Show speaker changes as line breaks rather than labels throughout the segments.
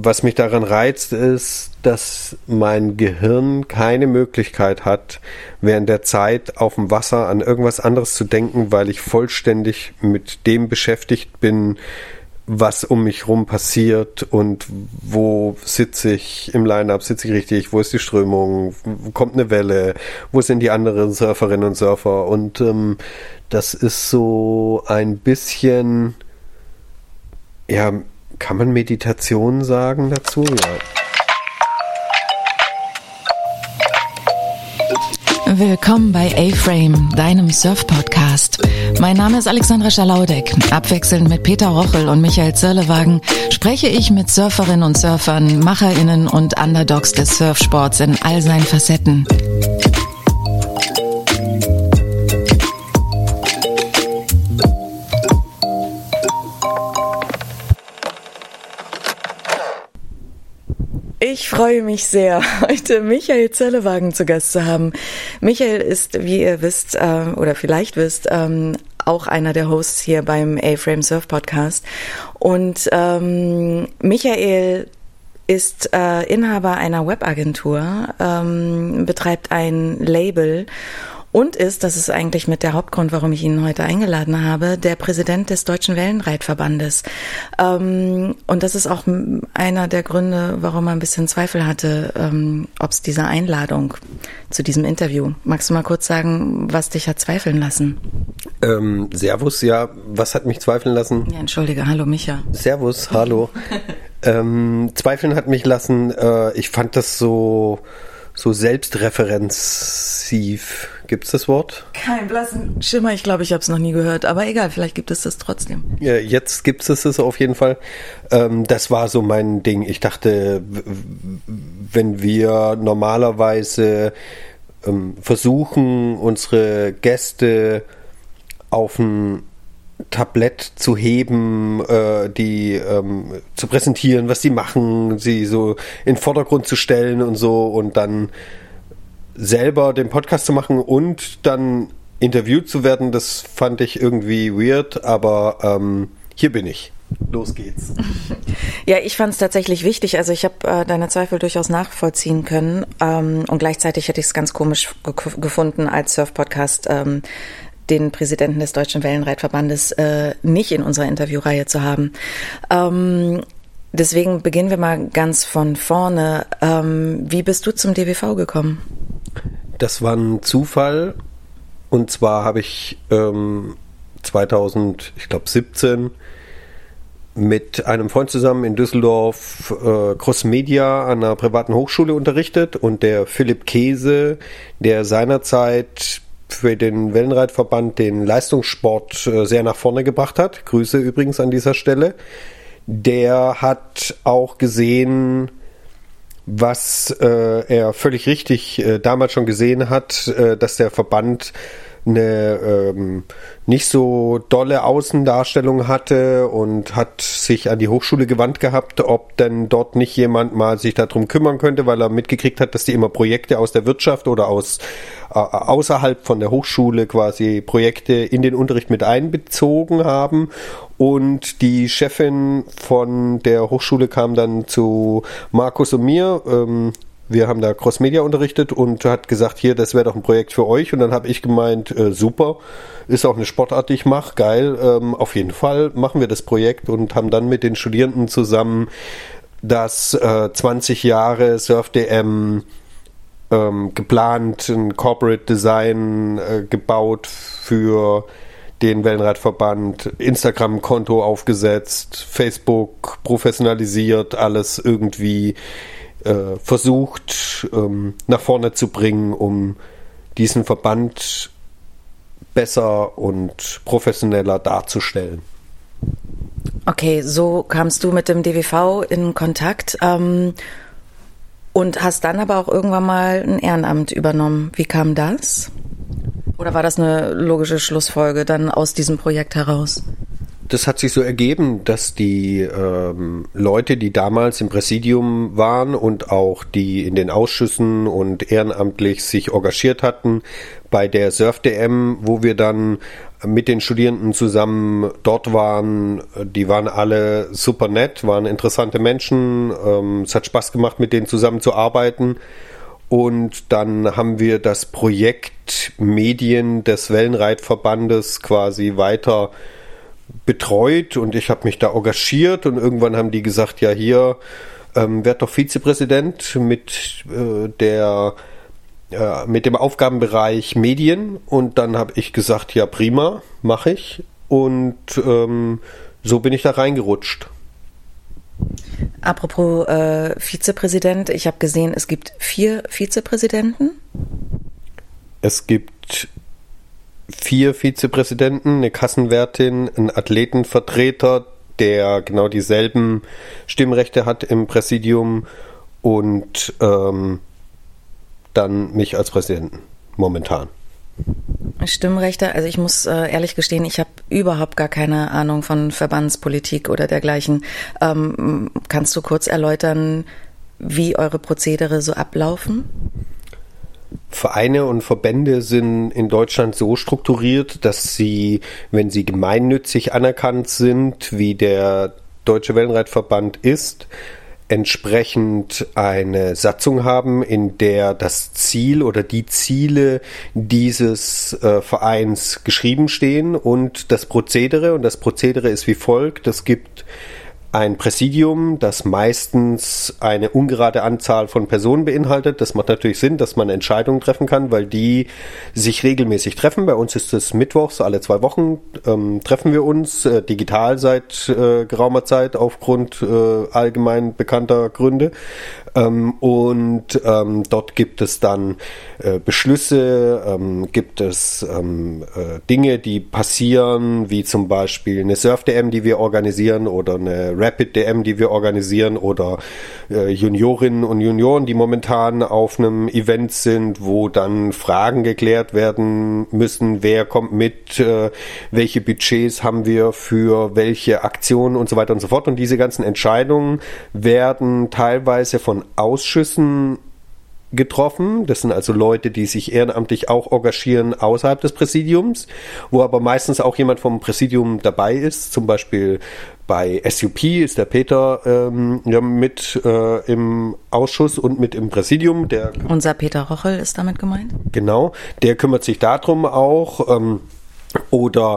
was mich daran reizt, ist, dass mein Gehirn keine Möglichkeit hat, während der Zeit auf dem Wasser an irgendwas anderes zu denken, weil ich vollständig mit dem beschäftigt bin, was um mich rum passiert und wo sitze ich im Line-Up, sitze ich richtig, wo ist die Strömung, kommt eine Welle, wo sind die anderen Surferinnen und Surfer, und das ist so ein bisschen, ja, kann man Meditation sagen dazu? Ja.
Willkommen bei A-Frame, deinem Surf-Podcast. Mein Name ist Alexandra Schalaudek. Abwechselnd mit Peter Rochel und Michael Zirlewagen spreche ich mit Surferinnen und Surfern, MacherInnen und Underdogs des Surfsports in all seinen Facetten. Ich freue mich sehr, heute Michael Zirlewagen zu Gast zu haben. Michael ist, wie ihr wisst, oder vielleicht wisst, auch einer der Hosts hier beim A-Frame Surf Podcast. Und Michael ist Inhaber einer Webagentur, betreibt ein Label und das ist eigentlich mit der Hauptgrund, warum ich ihn heute eingeladen habe, der Präsident des Deutschen Wellenreitverbandes. Und das ist auch einer der Gründe, warum er ein bisschen Zweifel hatte, ob es diese Einladung zu diesem Interview. Magst du mal kurz sagen, was dich hat zweifeln lassen?
Servus, ja, was hat mich zweifeln lassen?
Ja, entschuldige, hallo Micha.
Servus, hallo. Zweifeln hat mich lassen, ich fand das so selbstreferenziv. Gibt's das Wort?
Kein blassen Schimmer, ich glaube, ich habe es noch nie gehört. Aber egal, vielleicht gibt es das trotzdem.
Ja, jetzt gibt es auf jeden Fall. Das war so mein Ding. Ich dachte, wenn wir normalerweise versuchen, unsere Gäste auf ein Tablett zu heben, die zu präsentieren, was sie machen, sie so in den Vordergrund zu stellen und so, und dann selber den Podcast zu machen und dann interviewt zu werden, das fand ich irgendwie weird, aber hier bin ich. Los geht's.
Ja, ich fand es tatsächlich wichtig. Also ich habe deine Zweifel durchaus nachvollziehen können, und gleichzeitig hätte ich es ganz komisch gefunden, als Surf-Podcast den Präsidenten des Deutschen Wellenreitverbandes nicht in unserer Interviewreihe zu haben. Deswegen beginnen wir mal ganz von vorne. Wie bist du zum DWV gekommen?
Das war ein Zufall. Und zwar habe ich 2017 mit einem Freund zusammen in Düsseldorf Crossmedia an einer privaten Hochschule unterrichtet, und der Philipp Käse, der seinerzeit für den Wellenreitverband den Leistungssport sehr nach vorne gebracht hat, Grüße übrigens an dieser Stelle, der hat auch gesehen, was er völlig richtig damals schon gesehen hat, dass der Verband eine nicht so dolle Außendarstellung hatte, und hat sich an die Hochschule gewandt gehabt, ob denn dort nicht jemand mal sich darum kümmern könnte, weil er mitgekriegt hat, dass die immer Projekte aus der Wirtschaft oder außerhalb von der Hochschule quasi Projekte in den Unterricht mit einbezogen haben. Und die Chefin von der Hochschule kam dann zu Markus und mir, wir haben da Crossmedia unterrichtet, und hat gesagt, hier, das wäre doch ein Projekt für euch. Und dann habe ich gemeint, super, ist auch eine Sportart, die ich mache, geil, auf jeden Fall machen wir das Projekt, und haben dann mit den Studierenden zusammen das 20 Jahre Surf-DM geplant, ein Corporate Design gebaut für den Wellenreitverband, Instagram-Konto aufgesetzt, Facebook professionalisiert, alles irgendwie versucht nach vorne zu bringen, um diesen Verband besser und professioneller darzustellen.
Okay, so kamst du mit dem DWV in Kontakt und hast dann aber auch irgendwann mal ein Ehrenamt übernommen. Wie kam das? Oder war das eine logische Schlussfolge dann aus diesem Projekt heraus?
Das hat sich so ergeben, dass die Leute, die damals im Präsidium waren und auch die in den Ausschüssen und ehrenamtlich sich engagiert hatten bei der Surf-DM, wo wir dann mit den Studierenden zusammen dort waren. Die waren alle super nett, waren interessante Menschen. Es hat Spaß gemacht, mit denen zusammenzuarbeiten. Und dann haben wir das Projekt Medien des Wellenreitverbandes quasi weiter betreut und ich habe mich da engagiert und irgendwann haben die gesagt, ja hier, werd doch Vizepräsident mit dem Aufgabenbereich Medien und dann habe ich gesagt, ja prima, mache ich und so bin ich da reingerutscht.
Apropos Vizepräsident, ich habe gesehen, es gibt 4 Vizepräsidenten.
Es gibt 4 Vizepräsidenten, eine Kassenwärtin, einen Athletenvertreter, der genau dieselben Stimmrechte hat im Präsidium und dann mich als Präsidenten momentan.
Stimmrechte, also ich muss ehrlich gestehen, ich habe überhaupt gar keine Ahnung von Verbandspolitik oder dergleichen. Kannst du kurz erläutern, wie eure Prozedere so ablaufen?
Vereine und Verbände sind in Deutschland so strukturiert, dass sie, wenn sie gemeinnützig anerkannt sind, wie der Deutsche Wellenreitverband ist, entsprechend eine Satzung haben, in der das Ziel oder die Ziele dieses Vereins geschrieben stehen und das Prozedere. Und das Prozedere ist wie folgt. Es gibt ein Präsidium, das meistens eine ungerade Anzahl von Personen beinhaltet. Das macht natürlich Sinn, dass man Entscheidungen treffen kann, weil die sich regelmäßig treffen. Bei uns ist es mittwochs, alle 2 Wochen treffen wir uns, digital seit geraumer Zeit aufgrund allgemein bekannter Gründe. Dort gibt es dann Beschlüsse, gibt es Dinge, die passieren, wie zum Beispiel eine Surf-DM, die wir organisieren oder eine Rapid-DM, die wir organisieren oder Juniorinnen und Junioren, die momentan auf einem Event sind, wo dann Fragen geklärt werden müssen, wer kommt mit, welche Budgets haben wir für welche Aktionen und so weiter und so fort. Und diese ganzen Entscheidungen werden teilweise von Ausschüssen getroffen. Das sind also Leute, die sich ehrenamtlich auch engagieren außerhalb des Präsidiums, wo aber meistens auch jemand vom Präsidium dabei ist. Zum Beispiel bei SUP ist der Peter mit im Ausschuss und mit im Präsidium.
Unser Peter Rochel ist damit gemeint?
Genau, der kümmert sich darum auch. Oder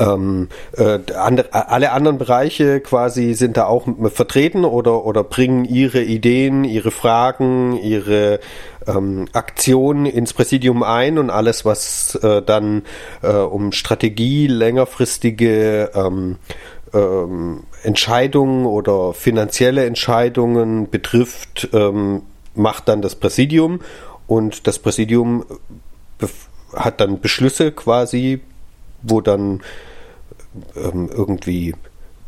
alle anderen Bereiche quasi sind da auch vertreten oder bringen ihre Ideen, ihre Fragen, ihre Aktionen ins Präsidium ein und alles, was dann um Strategie, längerfristige Entscheidungen oder finanzielle Entscheidungen betrifft, macht dann das Präsidium und das Präsidium hat dann Beschlüsse quasi, wo dann irgendwie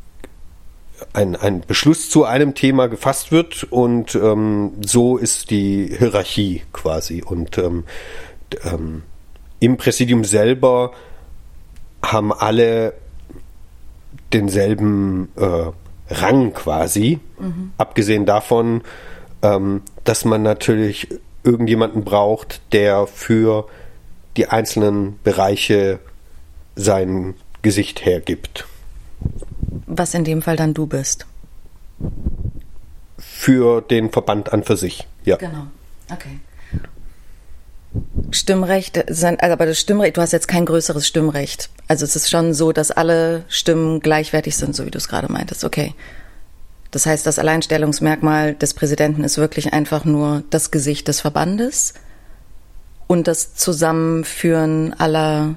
ein Beschluss zu einem Thema gefasst wird und so ist die Hierarchie quasi. Und im Präsidium selber haben alle denselben Rang quasi, abgesehen davon, dass man natürlich irgendjemanden braucht, der für die einzelnen Bereiche sein Gesicht hergibt.
Was in dem Fall dann du bist?
Für den Verband an für sich, ja.
Genau, okay. Stimmrecht sind, aber das Stimmrecht, du hast jetzt kein größeres Stimmrecht. Also es ist schon so, dass alle Stimmen gleichwertig sind, so wie du es gerade meintest, okay. Das heißt, das Alleinstellungsmerkmal des Präsidenten ist wirklich einfach nur das Gesicht des Verbandes und das Zusammenführen aller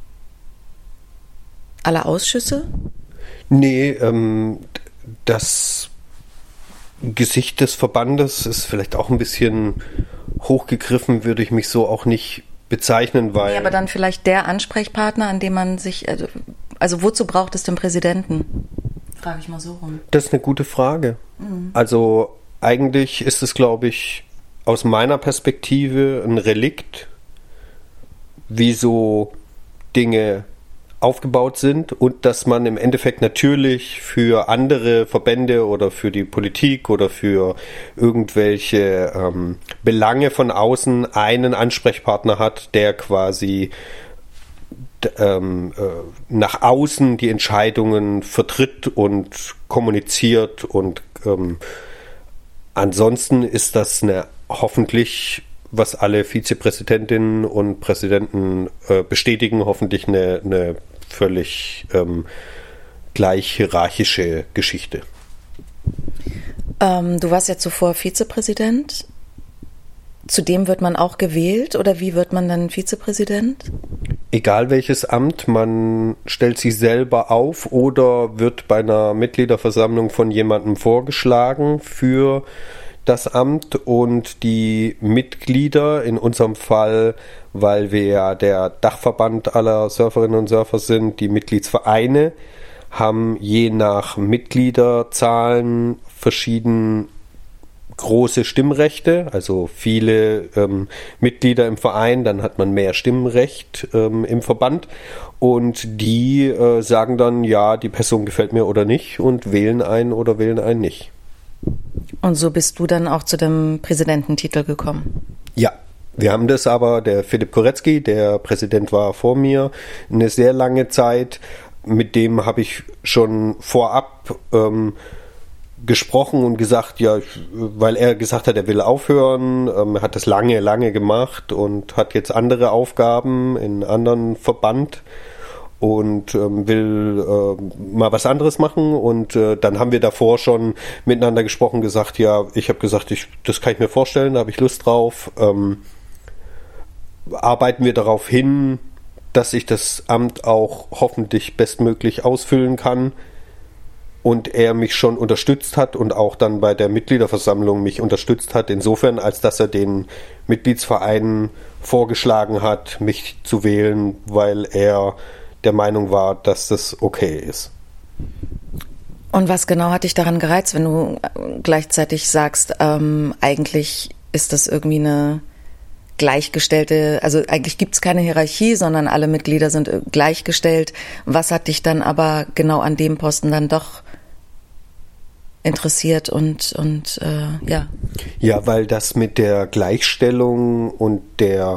Ausschüsse? Nee,
das Gesicht des Verbandes ist vielleicht auch ein bisschen hochgegriffen, würde ich mich so auch nicht bezeichnen, weil...
Nee, aber dann vielleicht der Ansprechpartner, an dem man sich... Also wozu braucht es den Präsidenten? Frage ich mal so rum.
Das ist eine gute Frage. Also eigentlich ist es, glaube ich, aus meiner Perspektive ein Relikt, wie so Dinge aufgebaut sind und dass man im Endeffekt natürlich für andere Verbände oder für die Politik oder für irgendwelche Belange von außen einen Ansprechpartner hat, der quasi nach außen die Entscheidungen vertritt und kommuniziert und ansonsten ist das hoffentlich, was alle Vizepräsidentinnen und Präsidenten bestätigen, hoffentlich eine völlig gleich hierarchische Geschichte.
Du warst ja zuvor Vizepräsident. Zudem wird man auch gewählt oder wie wird man dann Vizepräsident?
Egal welches Amt, man stellt sich selber auf oder wird bei einer Mitgliederversammlung von jemandem vorgeschlagen für das Amt und die Mitglieder, in unserem Fall, weil wir ja der Dachverband aller Surferinnen und Surfer sind, die Mitgliedsvereine, haben je nach Mitgliederzahlen verschieden große Stimmrechte, also viele Mitglieder im Verein, dann hat man mehr Stimmrecht im Verband und die sagen dann, ja, die Person gefällt mir oder nicht und wählen einen oder wählen einen nicht.
Und so bist du dann auch zu dem Präsidententitel gekommen?
Ja, wir haben das aber, der Philipp Korecki, der Präsident war vor mir, eine sehr lange Zeit, mit dem habe ich schon vorab gesprochen und gesagt, ja, weil er gesagt hat, er will aufhören, er hat das lange gemacht und hat jetzt andere Aufgaben in einem anderen Verband und will mal was anderes machen und dann haben wir davor schon miteinander gesprochen, gesagt, ja, ich habe gesagt, das kann ich mir vorstellen, da habe ich Lust drauf, arbeiten wir darauf hin, dass ich das Amt auch hoffentlich bestmöglich ausfüllen kann und er mich schon unterstützt hat und auch dann bei der Mitgliederversammlung mich unterstützt hat, insofern, als dass er den Mitgliedsvereinen vorgeschlagen hat, mich zu wählen, weil er der Meinung war, dass das okay ist.
Und was genau hat dich daran gereizt, wenn du gleichzeitig sagst, eigentlich ist das irgendwie eine gleichgestellte, also eigentlich gibt es keine Hierarchie, sondern alle Mitglieder sind gleichgestellt. Was hat dich dann aber genau an dem Posten dann doch interessiert und ja?
Ja, weil das mit der Gleichstellung und der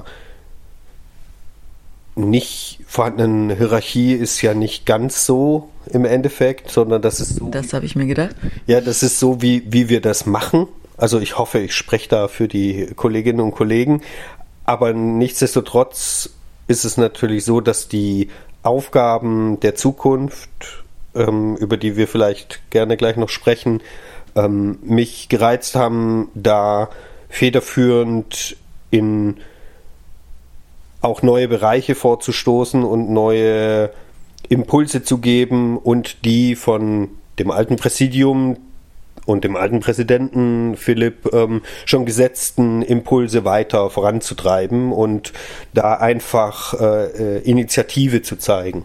nicht vorhandenen Hierarchie ist ja nicht ganz so im Endeffekt, sondern das ist so.
Das habe ich mir gedacht.
Ja, das ist so, wie wir das machen. Also ich hoffe, ich spreche da für die Kolleginnen und Kollegen, aber nichtsdestotrotz ist es natürlich so, dass die Aufgaben der Zukunft, über die wir vielleicht gerne gleich noch sprechen, mich gereizt haben, da federführend in auch neue Bereiche vorzustoßen und neue Impulse zu geben und die von dem alten Präsidium und dem alten Präsidenten Philipp schon gesetzten Impulse weiter voranzutreiben und da einfach Initiative zu zeigen.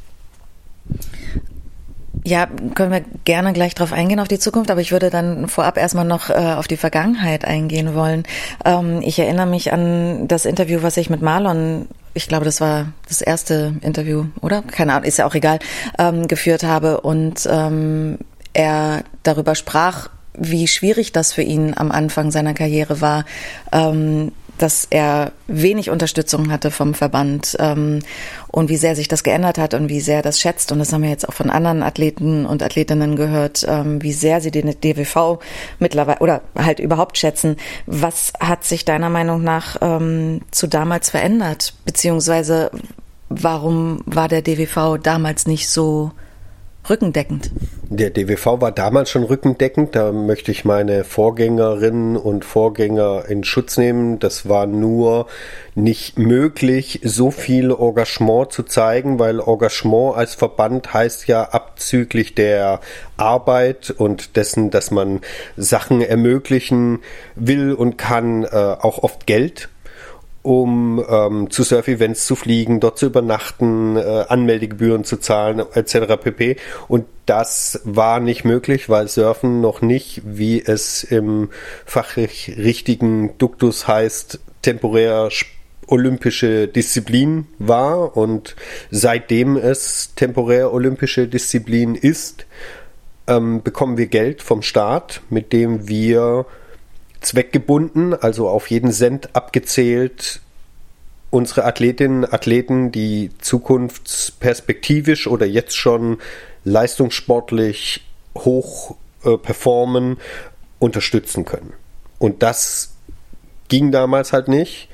Ja, können wir gerne gleich drauf eingehen, auf die Zukunft, aber ich würde dann vorab erstmal noch auf die Vergangenheit eingehen wollen. Ich erinnere mich an das Interview, was ich mit Marlon, ich glaube, das war das erste Interview, oder? Keine Ahnung, ist ja auch egal, geführt habe und er darüber sprach, wie schwierig das für ihn am Anfang seiner Karriere war, dass er wenig Unterstützung hatte vom Verband und wie sehr sich das geändert hat und wie sehr er das schätzt. Und das haben wir jetzt auch von anderen Athleten und Athletinnen gehört, wie sehr sie den DWV mittlerweile oder halt überhaupt schätzen. Was hat sich deiner Meinung nach zu damals verändert? Beziehungsweise warum war der DWV damals nicht so rückendeckend?
Der DWV war damals schon rückendeckend, da möchte ich meine Vorgängerinnen und Vorgänger in Schutz nehmen. Das war nur nicht möglich, so viel Engagement zu zeigen, weil Engagement als Verband heißt ja abzüglich der Arbeit und dessen, dass man Sachen ermöglichen will und kann, auch oft Geld, um zu Surf-Events zu fliegen, dort zu übernachten, Anmeldegebühren zu zahlen, etc. pp. Und das war nicht möglich, weil Surfen noch nicht, wie es im fachlich richtigen Duktus heißt, temporär olympische Disziplin war. Und seitdem es temporär olympische Disziplin ist, bekommen wir Geld vom Staat, mit dem wir zweckgebunden, also auf jeden Cent abgezählt, unsere Athletinnen und Athleten, die zukunftsperspektivisch oder jetzt schon leistungssportlich hoch performen, unterstützen können. Und das ging damals halt nicht.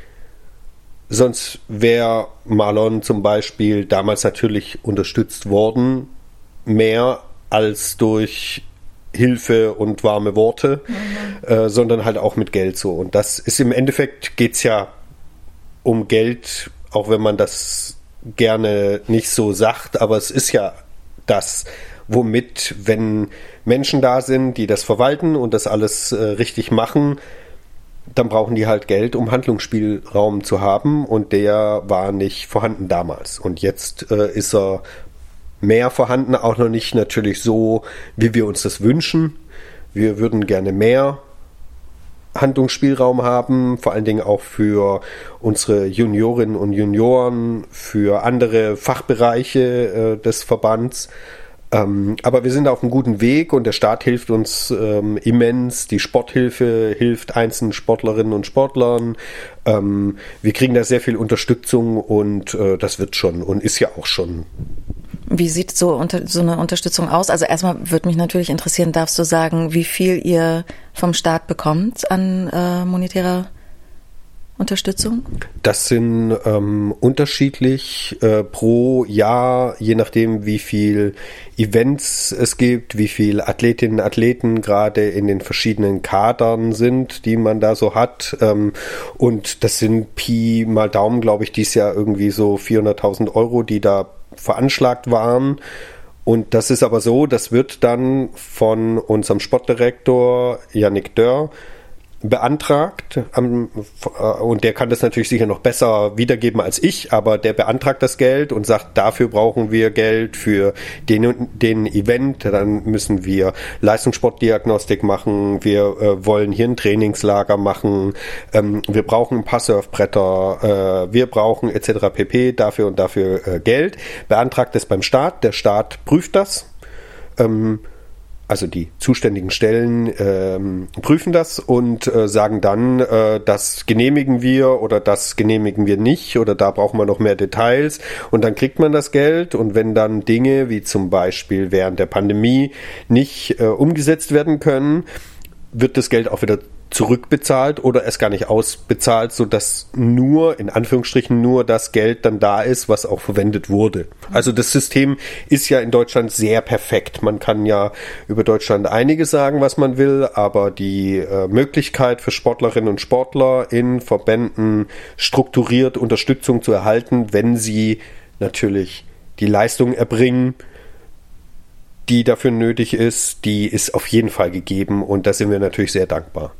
Sonst wäre Marlon zum Beispiel damals natürlich unterstützt worden, mehr als durch Hilfe und warme Worte, sondern halt auch mit Geld so. Und das ist im Endeffekt, geht's ja um Geld, auch wenn man das gerne nicht so sagt, aber es ist ja das, womit, wenn Menschen da sind, die das verwalten und das alles richtig machen, dann brauchen die halt Geld, um Handlungsspielraum zu haben, und der war nicht vorhanden damals. Und jetzt ist er mehr vorhanden, auch noch nicht natürlich so, wie wir uns das wünschen. Wir würden gerne mehr Handlungsspielraum haben, vor allen Dingen auch für unsere Juniorinnen und Junioren, für andere Fachbereiche des Verbands. Aber wir sind auf einem guten Weg und der Staat hilft uns immens. Die Sporthilfe hilft einzelnen Sportlerinnen und Sportlern. Wir kriegen da sehr viel Unterstützung und das wird schon und ist ja auch schon.
Wie sieht so eine Unterstützung aus? Also erstmal würde mich natürlich interessieren, darfst du sagen, wie viel ihr vom Staat bekommt an monetärer Unterstützung?
Das sind unterschiedlich pro Jahr, je nachdem wie viel Events es gibt, wie viel Athletinnen und Athleten gerade in den verschiedenen Kadern sind, die man da so hat. Und das sind Pi mal Daumen, glaube ich, dieses Jahr irgendwie so 400.000 Euro, die da veranschlagt waren. Und das ist aber so, das wird dann von unserem Sportdirektor Yannick Dörr beantragt, und der kann das natürlich sicher noch besser wiedergeben als ich, aber der beantragt das Geld und sagt, dafür brauchen wir Geld für den Event, dann müssen wir Leistungssportdiagnostik machen, wir wollen hier ein Trainingslager machen, wir brauchen ein paar Surfbretter, wir brauchen etc. pp. Dafür und dafür Geld, beantragt es beim Staat, der Staat prüft das, also die zuständigen Stellen prüfen das und sagen dann, das genehmigen wir oder das genehmigen wir nicht oder da brauchen wir noch mehr Details, und dann kriegt man das Geld. Und wenn dann Dinge wie zum Beispiel während der Pandemie nicht umgesetzt werden können, wird das Geld auch wieder zurückbezahlt oder es gar nicht ausbezahlt, sodass nur, in Anführungsstrichen, nur das Geld dann da ist, was auch verwendet wurde. Also das System ist ja in Deutschland sehr perfekt. Man kann ja über Deutschland einiges sagen, was man will, aber die Möglichkeit für Sportlerinnen und Sportler in Verbänden strukturiert Unterstützung zu erhalten, wenn sie natürlich die Leistung erbringen, die dafür nötig ist, die ist auf jeden Fall gegeben, und da sind wir natürlich sehr dankbar.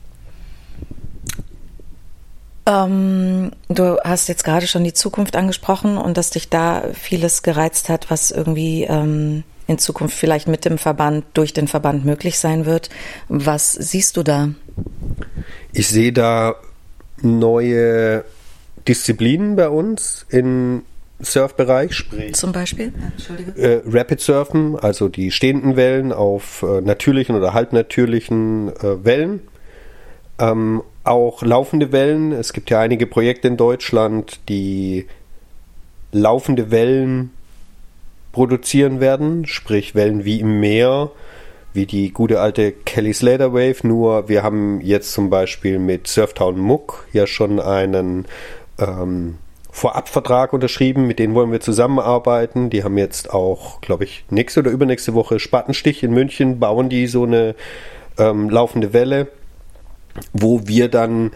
Du hast jetzt gerade schon die Zukunft angesprochen und dass dich da vieles gereizt hat, was irgendwie in Zukunft vielleicht mit dem Verband, durch den Verband möglich sein wird. Was siehst du da?
Ich sehe da neue Disziplinen bei uns im Surfbereich, sprich
zum Beispiel?
Rapid Surfen, also die stehenden Wellen auf natürlichen oder halbnatürlichen Wellen. Auch laufende Wellen. Es gibt ja einige Projekte in Deutschland, die laufende Wellen produzieren werden, sprich Wellen wie im Meer, wie die gute alte Kelly Slater Wave. Nur wir haben jetzt zum Beispiel mit Surftown Muck ja schon einen Vorabvertrag unterschrieben, mit denen wollen wir zusammenarbeiten. Die haben jetzt auch, glaube ich, nächste oder übernächste Woche Spatenstich in München, bauen die so eine laufende Welle, wo wir dann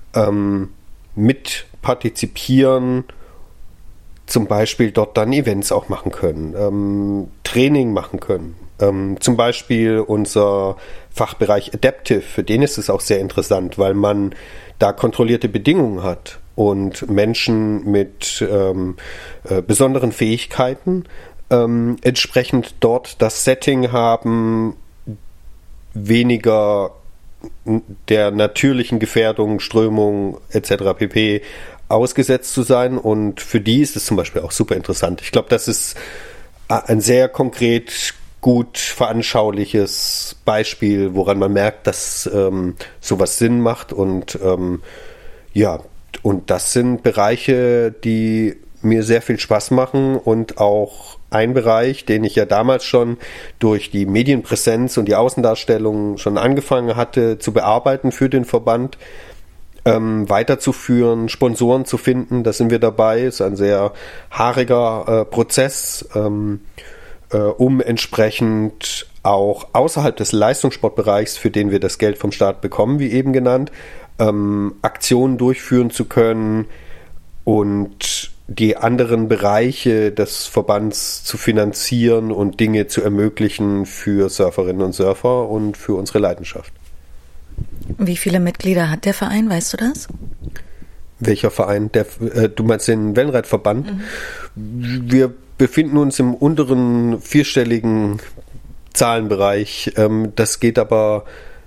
mit partizipieren, zum Beispiel dort dann Events auch machen können, Training machen können. Zum Beispiel unser Fachbereich Adaptive, für den ist es auch sehr interessant, weil man da kontrollierte Bedingungen hat und Menschen mit besonderen Fähigkeiten entsprechend dort das Setting haben, weniger der natürlichen Gefährdung, Strömung etc. pp. Ausgesetzt zu sein, und für die ist es zum Beispiel auch super interessant. Ich glaube, das ist ein sehr konkret gut veranschauliches Beispiel, woran man merkt, dass sowas Sinn macht, und ja, Und das sind Bereiche, die mir sehr viel Spaß machen und auch ein Bereich, den ich ja damals schon durch die Medienpräsenz und die Außendarstellung schon angefangen hatte zu bearbeiten für den Verband, weiterzuführen, Sponsoren zu finden. Da sind wir dabei. Ist ein sehr haariger Prozess, um entsprechend auch außerhalb des Leistungssportbereichs, für den wir das Geld vom Staat bekommen, wie eben genannt, Aktionen durchführen zu können und die anderen Bereiche des Verbands zu finanzieren und Dinge zu ermöglichen für Surferinnen und Surfer und für unsere Leidenschaft.
Wie viele Mitglieder hat der Verein, weißt du das?
Welcher Verein? Du meinst den Wellenreitverband? Wir befinden uns im unteren vierstelligen Zahlenbereich. Das geht aber,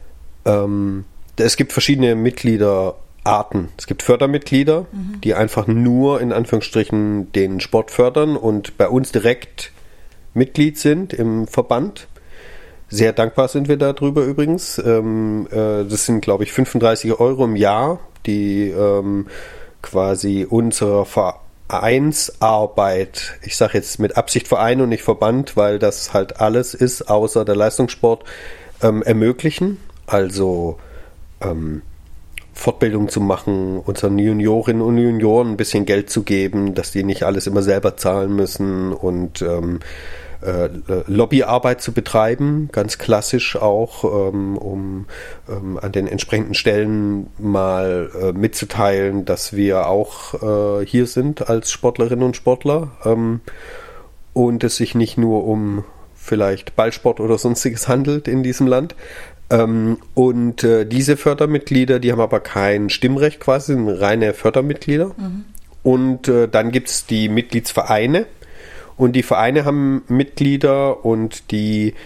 es gibt verschiedene Mitgliederarten. Es gibt Fördermitglieder, die einfach nur in Anführungsstrichen den Sport fördern und bei uns direkt Mitglied sind im Verband. Sehr dankbar sind wir darüber übrigens. Das sind, glaube ich, 35 € im Jahr, die quasi unserer Vereinsarbeit, ich sage jetzt mit Absicht Verein und nicht Verband, weil das halt alles ist, außer der Leistungssport, ermöglichen. Also Fortbildung zu machen, unseren Juniorinnen und Junioren ein bisschen Geld zu geben, dass die nicht alles immer selber zahlen müssen und Lobbyarbeit zu betreiben, ganz klassisch auch, um an den entsprechenden Stellen mal mitzuteilen, dass wir auch hier sind als Sportlerinnen und Sportler und es sich nicht nur um vielleicht Ballsport oder sonstiges handelt in diesem Land. Und diese Fördermitglieder, die haben aber kein Stimmrecht quasi, sind reine Fördermitglieder. Und dann gibt es die Mitgliedsvereine. Und die Vereine haben Mitglieder und die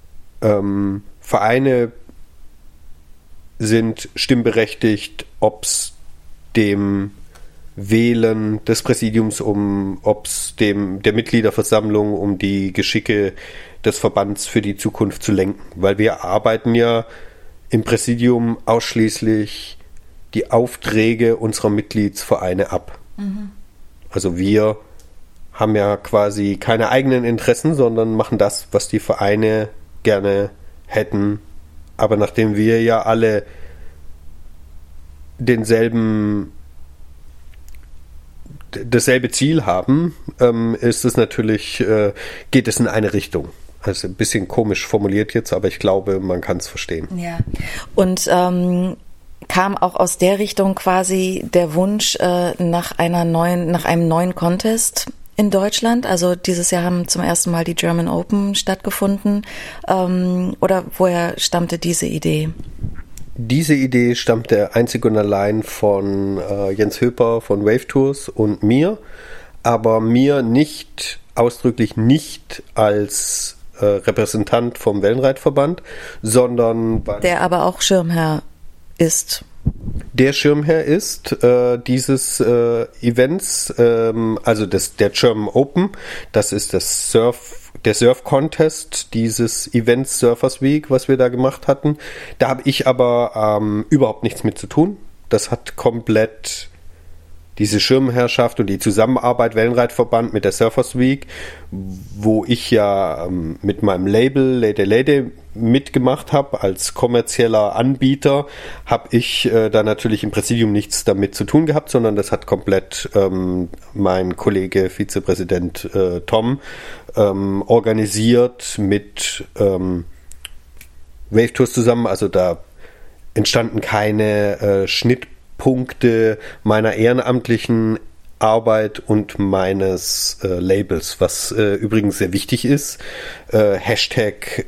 Vereine sind stimmberechtigt, ob es dem Wählen des Präsidiums ob es der Mitgliederversammlung um die Geschicke des Verbands für die Zukunft zu lenken. Weil wir arbeiten ja im Präsidium ausschließlich die Aufträge unserer Mitgliedsvereine ab. Also wir haben ja quasi keine eigenen Interessen, sondern machen das, was die Vereine gerne hätten. Aber nachdem wir ja alle dasselbe Ziel haben, ist es natürlich, geht es in eine Richtung. Also ein bisschen komisch formuliert jetzt, aber ich glaube, man kann es verstehen.
Ja. Und kam auch aus der Richtung quasi der Wunsch nach einem neuen Contest in Deutschland? Also dieses Jahr haben zum ersten Mal die German Open stattgefunden. Oder woher stammte diese Idee?
Diese Idee stammte einzig und allein von Jens Höper von Wave Tours und mir, aber mir ausdrücklich nicht als Repräsentant vom Wellenreitverband, sondern
der aber auch Schirmherr ist.
Der Schirmherr ist dieses Events, also der German Open, das ist der Surf-Contest dieses Events Surfers Week, was wir da gemacht hatten. Da habe ich aber überhaupt nichts mit zu tun. Das hat komplett diese Schirmherrschaft und die Zusammenarbeit Wellenreitverband mit der Surfers Week, wo ich ja mit meinem Label Lady mitgemacht habe als kommerzieller Anbieter, habe ich da natürlich im Präsidium nichts damit zu tun gehabt, sondern das hat komplett mein Kollege Vizepräsident Tom organisiert mit Wave Tours zusammen. Also da entstanden keine Schnittpunkte meiner ehrenamtlichen Arbeit und meines Labels, was übrigens sehr wichtig ist. Hashtag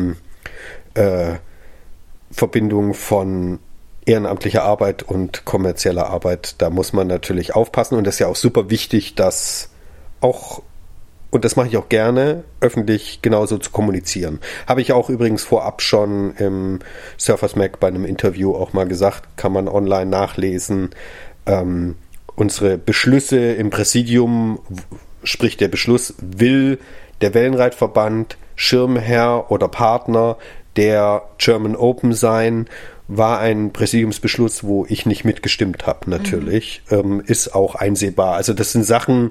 Verbindung von ehrenamtlicher Arbeit und kommerzieller Arbeit. Da muss man natürlich aufpassen und das ist ja auch super wichtig, dass auch, und das mache ich auch gerne, öffentlich genauso zu kommunizieren. Habe ich auch übrigens vorab schon im Surfers Mag bei einem Interview auch mal gesagt, kann man online nachlesen. Unsere Beschlüsse im Präsidium, sprich der Beschluss, will der Wellenreitverband Schirmherr oder Partner der German Open sein war ein Präsidiumsbeschluss, wo ich nicht mitgestimmt habe, natürlich. Ist auch einsehbar. Also das sind Sachen,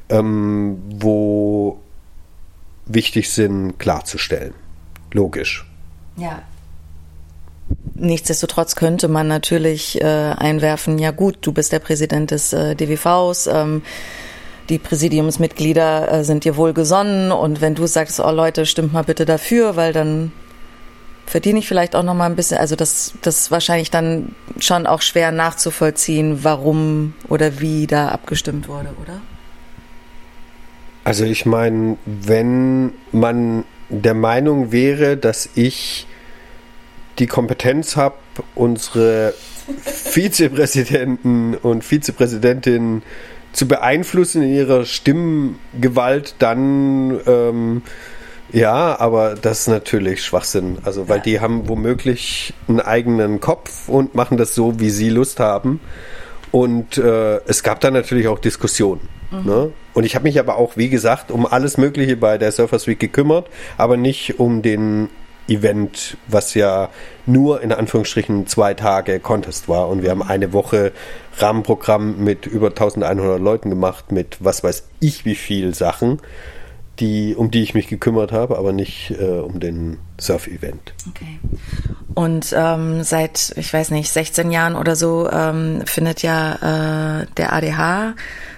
wo wichtig sind, klarzustellen. Logisch.
Ja. Nichtsdestotrotz könnte man natürlich einwerfen, ja gut, du bist der Präsident des DWVs, die Präsidiumsmitglieder sind dir wohlgesonnen und wenn du sagst, oh Leute, stimmt mal bitte dafür, weil dann verdiene ich vielleicht auch noch mal ein bisschen, also das ist wahrscheinlich dann schon auch schwer nachzuvollziehen, warum oder wie da abgestimmt wurde, oder?
Also ich meine, wenn man der Meinung wäre, dass ich die Kompetenz habe, unsere Vizepräsidenten und Vizepräsidentin zu beeinflussen in ihrer Stimmgewalt, dann ja, aber das ist natürlich Schwachsinn. Also, weil die haben womöglich einen eigenen Kopf und machen das so, wie sie Lust haben. Und es gab da natürlich auch Diskussionen. Ne? Und ich habe mich aber auch, wie gesagt, um alles Mögliche bei der Surfers Week gekümmert, aber nicht um den Event, was ja nur in Anführungsstrichen 2 Tage Contest war. Und wir haben eine Woche Rahmenprogramm mit über 1100 Leuten gemacht, mit was weiß ich wie viel Sachen, um die ich mich gekümmert habe, aber nicht um den Surf-Event. Okay.
Und seit, ich weiß nicht, 16 Jahren oder so findet ja der ADH,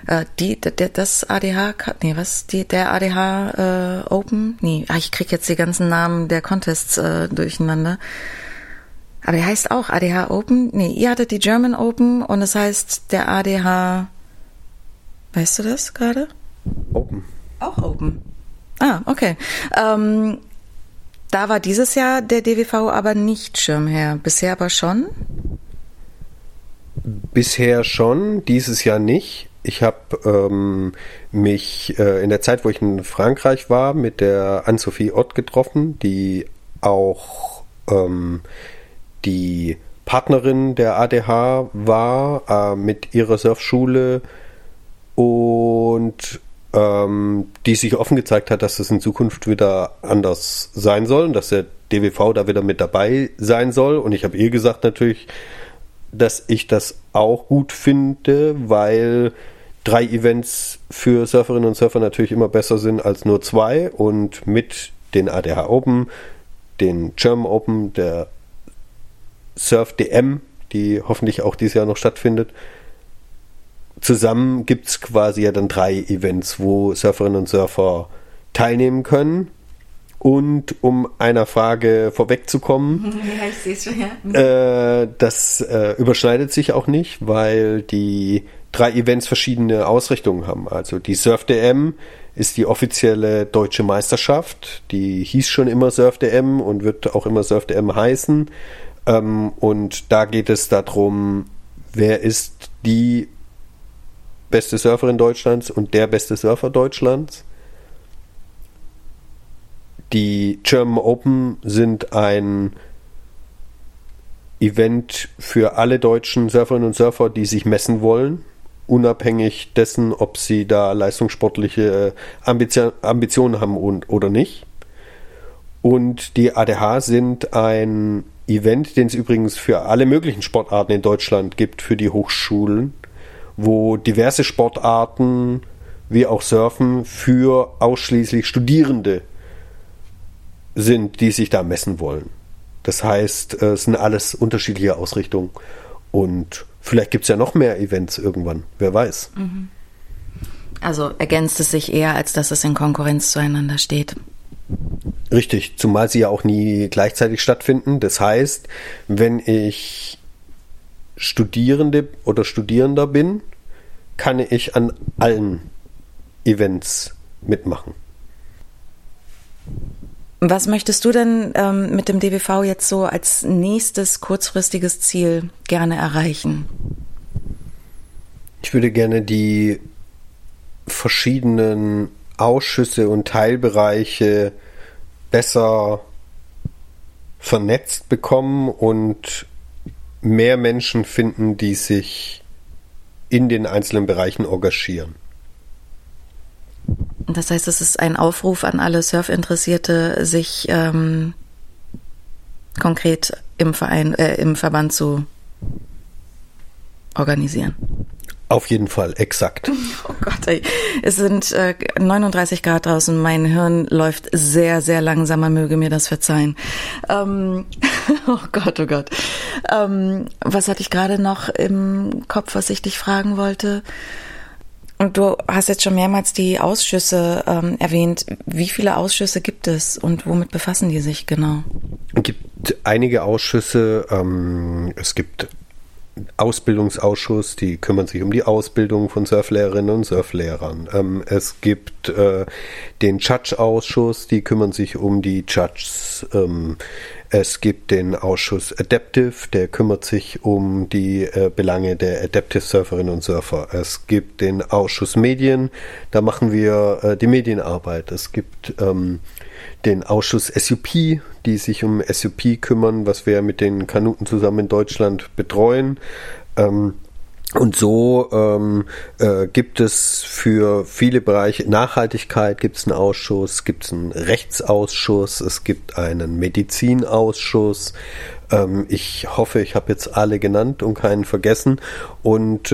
der ADH Open? Nee, ich krieg jetzt die ganzen Namen der Contests durcheinander. Aber der heißt auch ADH Open? Nee, ihr hattet die German Open und es heißt der ADH, weißt du das gerade?
Open.
Auch Open. Ah, okay. Da war dieses Jahr der DWV aber nicht Schirmherr. Bisher aber schon?
Bisher schon, dieses Jahr nicht. Ich habe mich in der Zeit, wo ich in Frankreich war, mit der Anne-Sophie Ott getroffen, die auch die Partnerin der ADH war mit ihrer Surfschule und die sich offen gezeigt hat, dass es in Zukunft wieder anders sein soll und dass der DWV da wieder mit dabei sein soll. Und ich habe ihr gesagt natürlich, dass ich das auch gut finde, weil 3 Events für Surferinnen und Surfer natürlich immer besser sind als nur 2. Und mit den ADH Open, den German Open, der Surf DM, die hoffentlich auch dieses Jahr noch stattfindet, zusammen gibt es quasi ja dann 3 Events, wo Surferinnen und Surfer teilnehmen können. Und um einer Frage vorwegzukommen, ja, ich sehe es schon, ja. Das überschneidet sich auch nicht, weil die 3 Events verschiedene Ausrichtungen haben. Also die Surf DM ist die offizielle deutsche Meisterschaft. Die hieß schon immer Surf DM und wird auch immer Surf DM heißen. Und da geht es darum, wer ist die beste Surferin Deutschlands und der beste Surfer Deutschlands. Die German Open sind ein Event für alle deutschen Surferinnen und Surfer, die sich messen wollen, unabhängig dessen, ob sie da leistungssportliche Ambitionen haben oder nicht. Und die ADH sind ein Event, den es übrigens für alle möglichen Sportarten in Deutschland gibt, für die Hochschulen, wo diverse Sportarten wie auch Surfen für ausschließlich Studierende sind, die sich da messen wollen. Das heißt, es sind alles unterschiedliche Ausrichtungen und vielleicht gibt es ja noch mehr Events irgendwann, wer weiß.
Also ergänzt es sich eher, als dass es in Konkurrenz zueinander steht.
Richtig, zumal sie ja auch nie gleichzeitig stattfinden. Das heißt, wenn ich Studierende oder Studierender bin, kann ich an allen Events mitmachen.
Was möchtest du denn mit dem DWV jetzt so als nächstes kurzfristiges Ziel gerne erreichen?
Ich würde gerne die verschiedenen Ausschüsse und Teilbereiche besser vernetzt bekommen und mehr Menschen finden, die sich in den einzelnen Bereichen engagieren.
Das heißt, es ist ein Aufruf an alle Surfinteressierte, sich konkret im Verband zu organisieren.
Auf jeden Fall, exakt.
Oh Gott, ey. Es sind 39 Grad draußen. Mein Hirn läuft sehr, sehr langsam. Man möge mir das verzeihen. Oh Gott, oh Gott. Was hatte ich gerade noch im Kopf, was ich dich fragen wollte? Und du hast jetzt schon mehrmals die Ausschüsse erwähnt. Wie viele Ausschüsse gibt es und womit befassen die sich genau?
Es gibt einige Ausschüsse. Es gibt Ausbildungsausschuss, die kümmern sich um die Ausbildung von Surflehrerinnen und Surflehrern. Es gibt den Judge-Ausschuss, die kümmern sich um die Judges. Es gibt den Ausschuss Adaptive, der kümmert sich um die Belange der Adaptive Surferinnen und Surfer. Es gibt den Ausschuss Medien, da machen wir die Medienarbeit. Es gibt den Ausschuss SUP, die sich um SUP kümmern, was wir mit den Kanuten zusammen in Deutschland betreuen. Und so gibt es für viele Bereiche Nachhaltigkeit, gibt es einen Ausschuss, gibt es einen Rechtsausschuss, es gibt einen Medizinausschuss. Ich hoffe, ich habe jetzt alle genannt und keinen vergessen. Und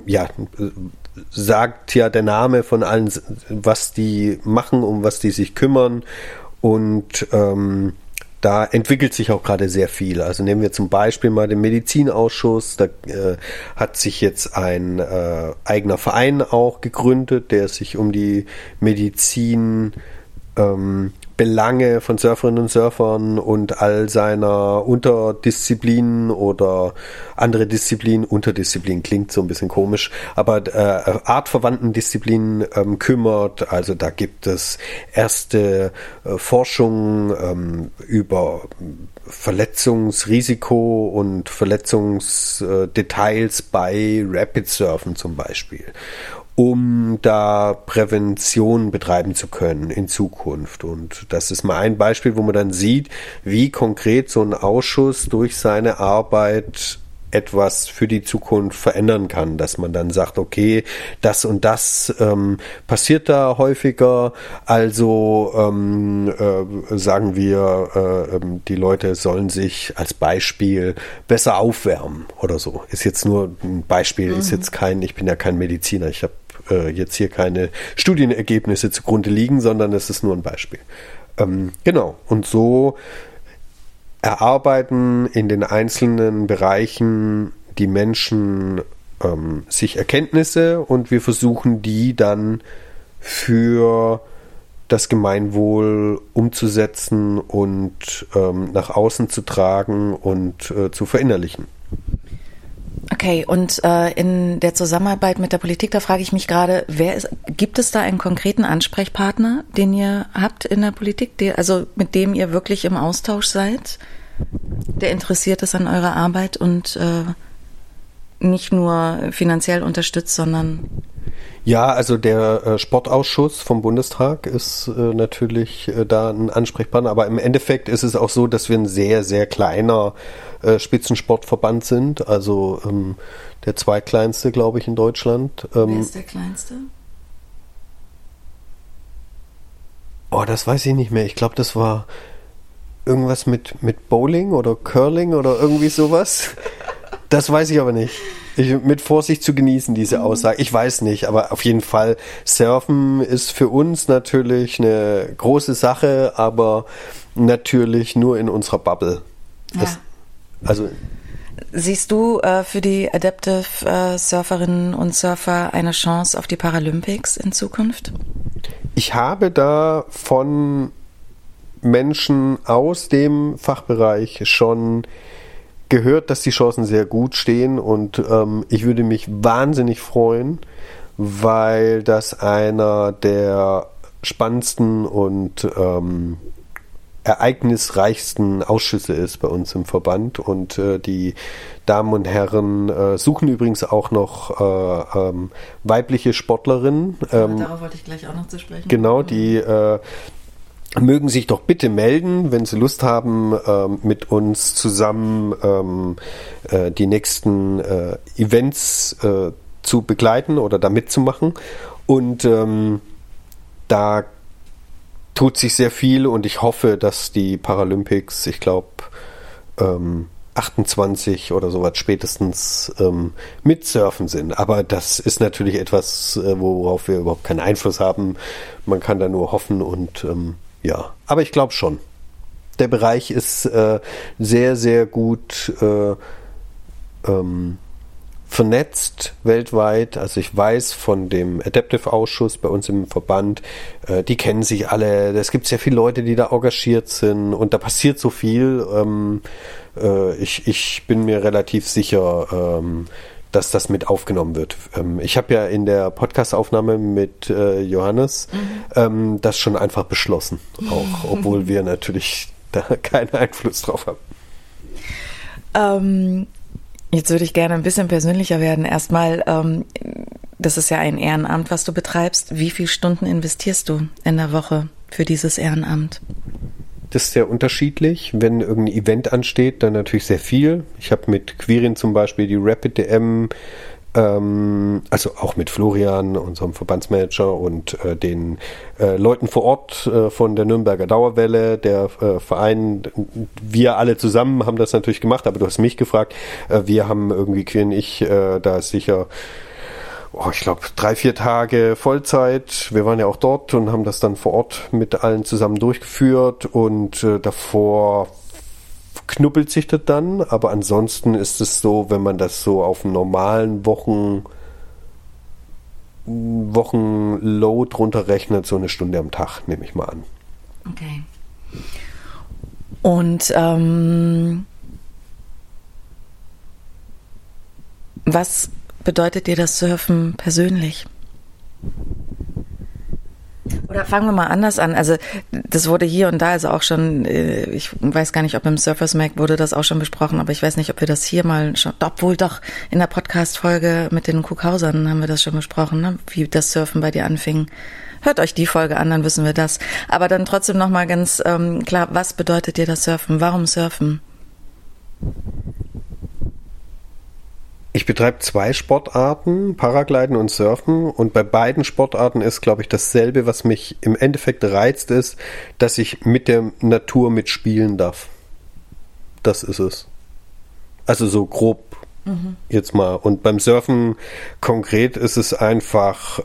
sagt ja der Name von allen, was die machen, um was die sich kümmern. Und da entwickelt sich auch gerade sehr viel. Also nehmen wir zum Beispiel mal den Medizinausschuss. Da hat sich jetzt ein eigener Verein auch gegründet, der sich um die Medizin Belange von Surferinnen und Surfern und all seiner Unterdisziplinen oder andere Disziplinen, Unterdisziplinen klingt so ein bisschen komisch, aber artverwandten Disziplinen kümmert. Also da gibt es erste Forschung über Verletzungsrisiko und Verletzungsdetails bei Rapid Surfen zum Beispiel, um da Prävention betreiben zu können in Zukunft. Und das ist mal ein Beispiel, wo man dann sieht, wie konkret so ein Ausschuss durch seine Arbeit etwas für die Zukunft verändern kann, dass man dann sagt, okay, das und das passiert da häufiger, also sagen wir, die Leute sollen sich als Beispiel besser aufwärmen oder so. Ist jetzt nur ein Beispiel, ist jetzt ich bin ja kein Mediziner, ich habe jetzt hier keine Studienergebnisse zugrunde liegen, sondern es ist nur ein Beispiel. Genau, und so erarbeiten in den einzelnen Bereichen die Menschen sich Erkenntnisse und wir versuchen die dann für das Gemeinwohl umzusetzen und nach außen zu tragen und zu verinnerlichen.
Okay, und in der Zusammenarbeit mit der Politik, da frage ich mich gerade, gibt es da einen konkreten Ansprechpartner, den ihr habt in der Politik, mit dem ihr wirklich im Austausch seid, der interessiert ist an eurer Arbeit und nicht nur finanziell unterstützt, sondern...
Ja, also der Sportausschuss vom Bundestag ist natürlich da ein Ansprechpartner, aber im Endeffekt ist es auch so, dass wir ein sehr, sehr kleiner Spitzensportverband sind, also der zweitkleinste, glaube ich, in Deutschland.
Wer ist der kleinste?
Oh, das weiß ich nicht mehr. Ich glaube, das war irgendwas mit Bowling oder Curling oder irgendwie sowas. Das weiß ich aber nicht. Mit Vorsicht zu genießen, diese Aussage. Ich weiß nicht, aber auf jeden Fall, Surfen ist für uns natürlich eine große Sache, aber natürlich nur in unserer Bubble.
Ja. Siehst du für die Adaptive Surferinnen und Surfer eine Chance auf die Paralympics in Zukunft?
Ich habe da von Menschen aus dem Fachbereich schon gehört, dass die Chancen sehr gut stehen und ich würde mich wahnsinnig freuen, weil das einer der spannendsten und ereignisreichsten Ausschüsse ist bei uns im Verband und die Damen und Herren suchen übrigens auch noch weibliche Sportlerinnen.
Darauf wollte ich gleich auch noch zu sprechen.
Genau, die mögen sich doch bitte melden, wenn sie Lust haben, mit uns zusammen die nächsten Events zu begleiten oder da mitzumachen. Und da tut sich sehr viel und ich hoffe, dass die Paralympics, ich glaube, 28 oder sowas spätestens mit Surfen sind. Aber das ist natürlich etwas, worauf wir überhaupt keinen Einfluss haben. Man kann da nur hoffen und ja. Aber ich glaube schon. Der Bereich ist sehr, sehr gut vernetzt weltweit. Also ich weiß von dem Adaptive-Ausschuss bei uns im Verband, die kennen sich alle. Es gibt sehr viele Leute, die da engagiert sind und da passiert so viel. Ich bin mir relativ sicher, dass das mit aufgenommen wird. Ich habe ja in der Podcast-Aufnahme mit Johannes das schon einfach beschlossen, auch obwohl wir natürlich da keinen Einfluss drauf haben.
Jetzt würde ich gerne ein bisschen persönlicher werden. Erstmal, das ist ja ein Ehrenamt, was du betreibst. Wie viele Stunden investierst du in der Woche für dieses Ehrenamt?
Das ist sehr unterschiedlich. Wenn irgendein Event ansteht, dann natürlich sehr viel. Ich habe mit Quirin zum Beispiel die Rapid DM, also auch mit Florian, unserem Verbandsmanager und den Leuten vor Ort von der Nürnberger Dauerwelle, der Verein, wir alle zusammen haben das natürlich gemacht, aber du hast mich gefragt, wir haben irgendwie, Quirin, da ist sicher, ich glaube 3-4 Tage Vollzeit. Wir waren ja auch dort und haben das dann vor Ort mit allen zusammen durchgeführt und davor knuppelt sich das dann, aber ansonsten ist es so, wenn man das so auf einen normalen Wochenload runterrechnet, so eine Stunde am Tag, nehme ich mal an.
Okay. Und was bedeutet dir das Surfen persönlich? Oder fangen wir mal anders an. Also das wurde hier und da also auch schon, ich weiß gar nicht, ob im Surfers Mag wurde das auch schon besprochen, aber ich weiß nicht, ob wir das hier mal schon, obwohl doch in der Podcast-Folge mit den Kuckhausern haben wir das schon besprochen, ne? Wie das Surfen bei dir anfing. Hört euch die Folge an, dann wissen wir das. Aber dann trotzdem nochmal ganz klar, was bedeutet dir das Surfen? Warum Surfen?
Ich betreibe 2 Sportarten, Paragliden und Surfen, und bei beiden Sportarten ist, glaube ich, dasselbe, was mich im Endeffekt reizt, ist, dass ich mit der Natur mitspielen darf. Das ist es. Also so grob jetzt mal. Und beim Surfen konkret ist es einfach,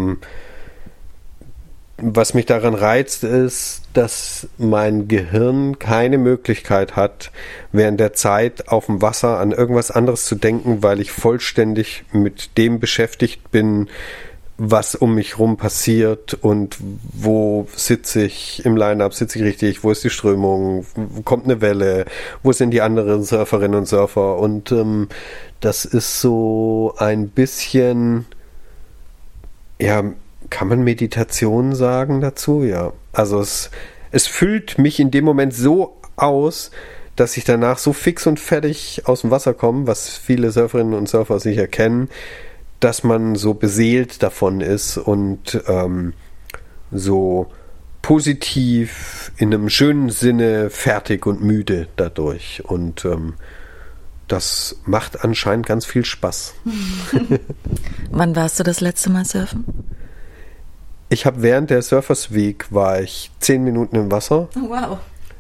was mich daran reizt, ist, dass mein Gehirn keine Möglichkeit hat, während der Zeit auf dem Wasser an irgendwas anderes zu denken, weil ich vollständig mit dem beschäftigt bin, was um mich rum passiert und wo sitze ich im Line-Up, sitze ich richtig, wo ist die Strömung, kommt eine Welle, wo sind die anderen Surferinnen und Surfer, und das ist so ein bisschen, ja, kann man Meditation sagen dazu? Ja. Also es füllt mich in dem Moment so aus, dass ich danach so fix und fertig aus dem Wasser komme, was viele Surferinnen und Surfer sicher kennen, dass man so beseelt davon ist und so positiv in einem schönen Sinne fertig und müde dadurch. Und das macht anscheinend ganz viel Spaß.
Wann warst du das letzte Mal surfen?
Ich habe während der Surfers Week war ich 10 Minuten im Wasser.
Oh, wow.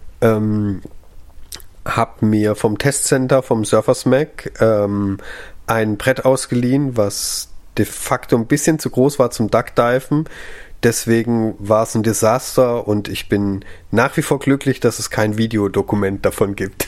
Habe mir vom Testcenter vom Surfers Mag ein Brett ausgeliehen, was de facto ein bisschen zu groß war zum Duckdiven. Deswegen war es ein Desaster und ich bin nach wie vor glücklich, dass es kein Videodokument davon gibt.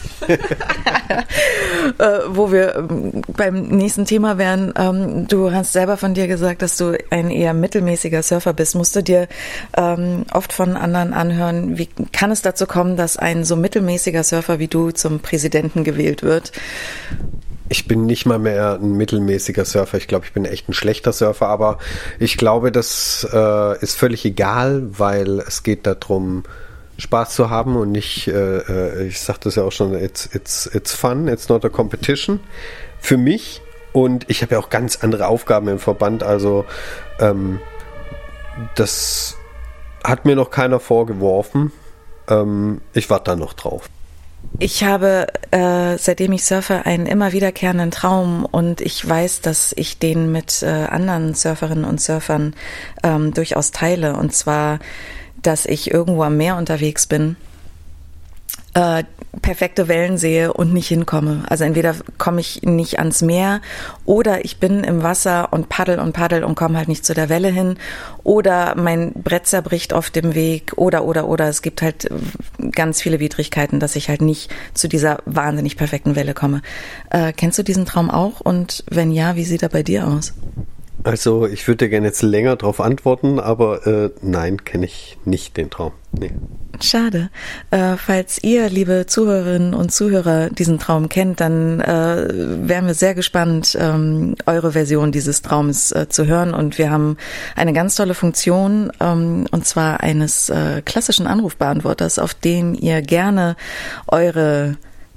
Wo wir beim nächsten Thema wären, du hast selber von dir gesagt, dass du ein eher mittelmäßiger Surfer bist. Musst du dir oft von anderen anhören, wie kann es dazu kommen, dass ein so mittelmäßiger Surfer wie du zum Präsidenten gewählt wird?
Ich bin nicht mal mehr ein mittelmäßiger Surfer. Ich glaube, ich bin echt ein schlechter Surfer, aber ich glaube, das ist völlig egal, weil es geht darum, Spaß zu haben und nicht, ich sagte es ja auch schon, it's fun, it's not a competition für mich, und ich habe ja auch ganz andere Aufgaben im Verband, also das hat mir noch keiner vorgeworfen. Ich warte da noch drauf.
Ich habe, seitdem ich surfe, einen immer wiederkehrenden Traum, und ich weiß, dass ich den mit anderen Surferinnen und Surfern durchaus teile, und zwar, dass ich irgendwo am Meer unterwegs bin perfekte Wellen sehe und nicht hinkomme. Also entweder komme ich nicht ans Meer oder ich bin im Wasser und paddel und komme halt nicht zu der Welle hin oder mein Brett zerbricht auf dem Weg oder. Es gibt halt ganz viele Widrigkeiten, dass ich halt nicht zu dieser wahnsinnig perfekten Welle komme. Kennst du diesen Traum auch? Und wenn ja, wie sieht er bei dir aus?
Also ich würde gerne jetzt länger darauf antworten, aber nein, kenne ich nicht den Traum. Nee.
Schade. Falls ihr, liebe Zuhörerinnen und Zuhörer, diesen Traum kennt, dann wären wir sehr gespannt, eure Version dieses Traums zu hören. Und wir haben eine ganz tolle Funktion, und zwar eines klassischen Anrufbeantworters, auf dem ihr gerne eure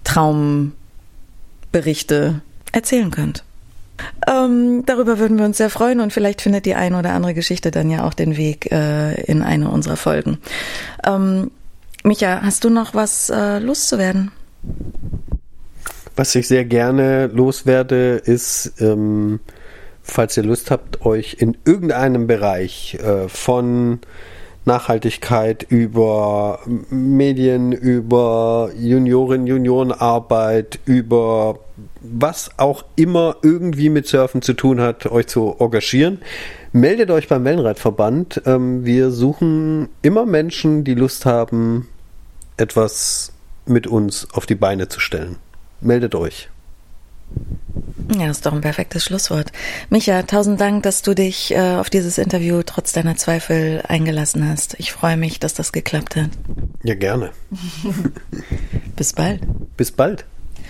Traumberichte erzählen könnt. Darüber würden wir uns sehr freuen und vielleicht findet die eine oder andere Geschichte dann ja auch den Weg in eine unserer Folgen. Micha, hast du noch was loszuwerden?
Was ich sehr gerne loswerde, ist, falls ihr Lust habt, euch in irgendeinem Bereich von Nachhaltigkeit über Medien, über Juniorenarbeit, über was auch immer irgendwie mit Surfen zu tun hat, euch zu engagieren. Meldet euch beim Wellenreitverband. Wir suchen immer Menschen, die Lust haben, etwas mit uns auf die Beine zu stellen. Meldet euch.
Ja, das ist doch ein perfektes Schlusswort. Micha, 1000 Dank, dass du dich auf dieses Interview trotz deiner Zweifel eingelassen hast. Ich freue mich, dass das geklappt hat.
Ja, gerne.
Bis bald.
Bis bald.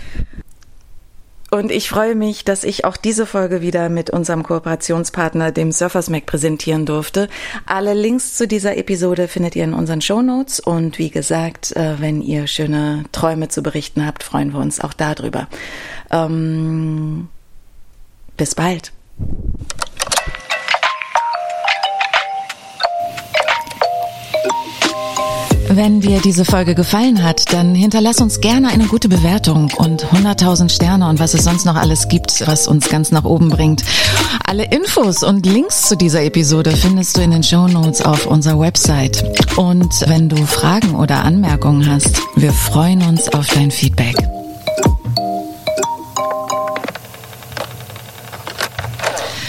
Und ich freue mich, dass ich auch diese Folge wieder mit unserem Kooperationspartner, dem Surfers Mac, präsentieren durfte. Alle Links zu dieser Episode findet ihr in unseren Shownotes. Und wie gesagt, wenn ihr schöne Träume zu berichten habt, freuen wir uns auch darüber. Bis bald. Wenn dir diese Folge gefallen hat, dann hinterlass uns gerne eine gute Bewertung und 100.000 Sterne und was es sonst noch alles gibt, was uns ganz nach oben bringt. Alle Infos und Links zu dieser Episode findest du in den Shownotes auf unserer Website. Und wenn du Fragen oder Anmerkungen hast, wir freuen uns auf dein Feedback.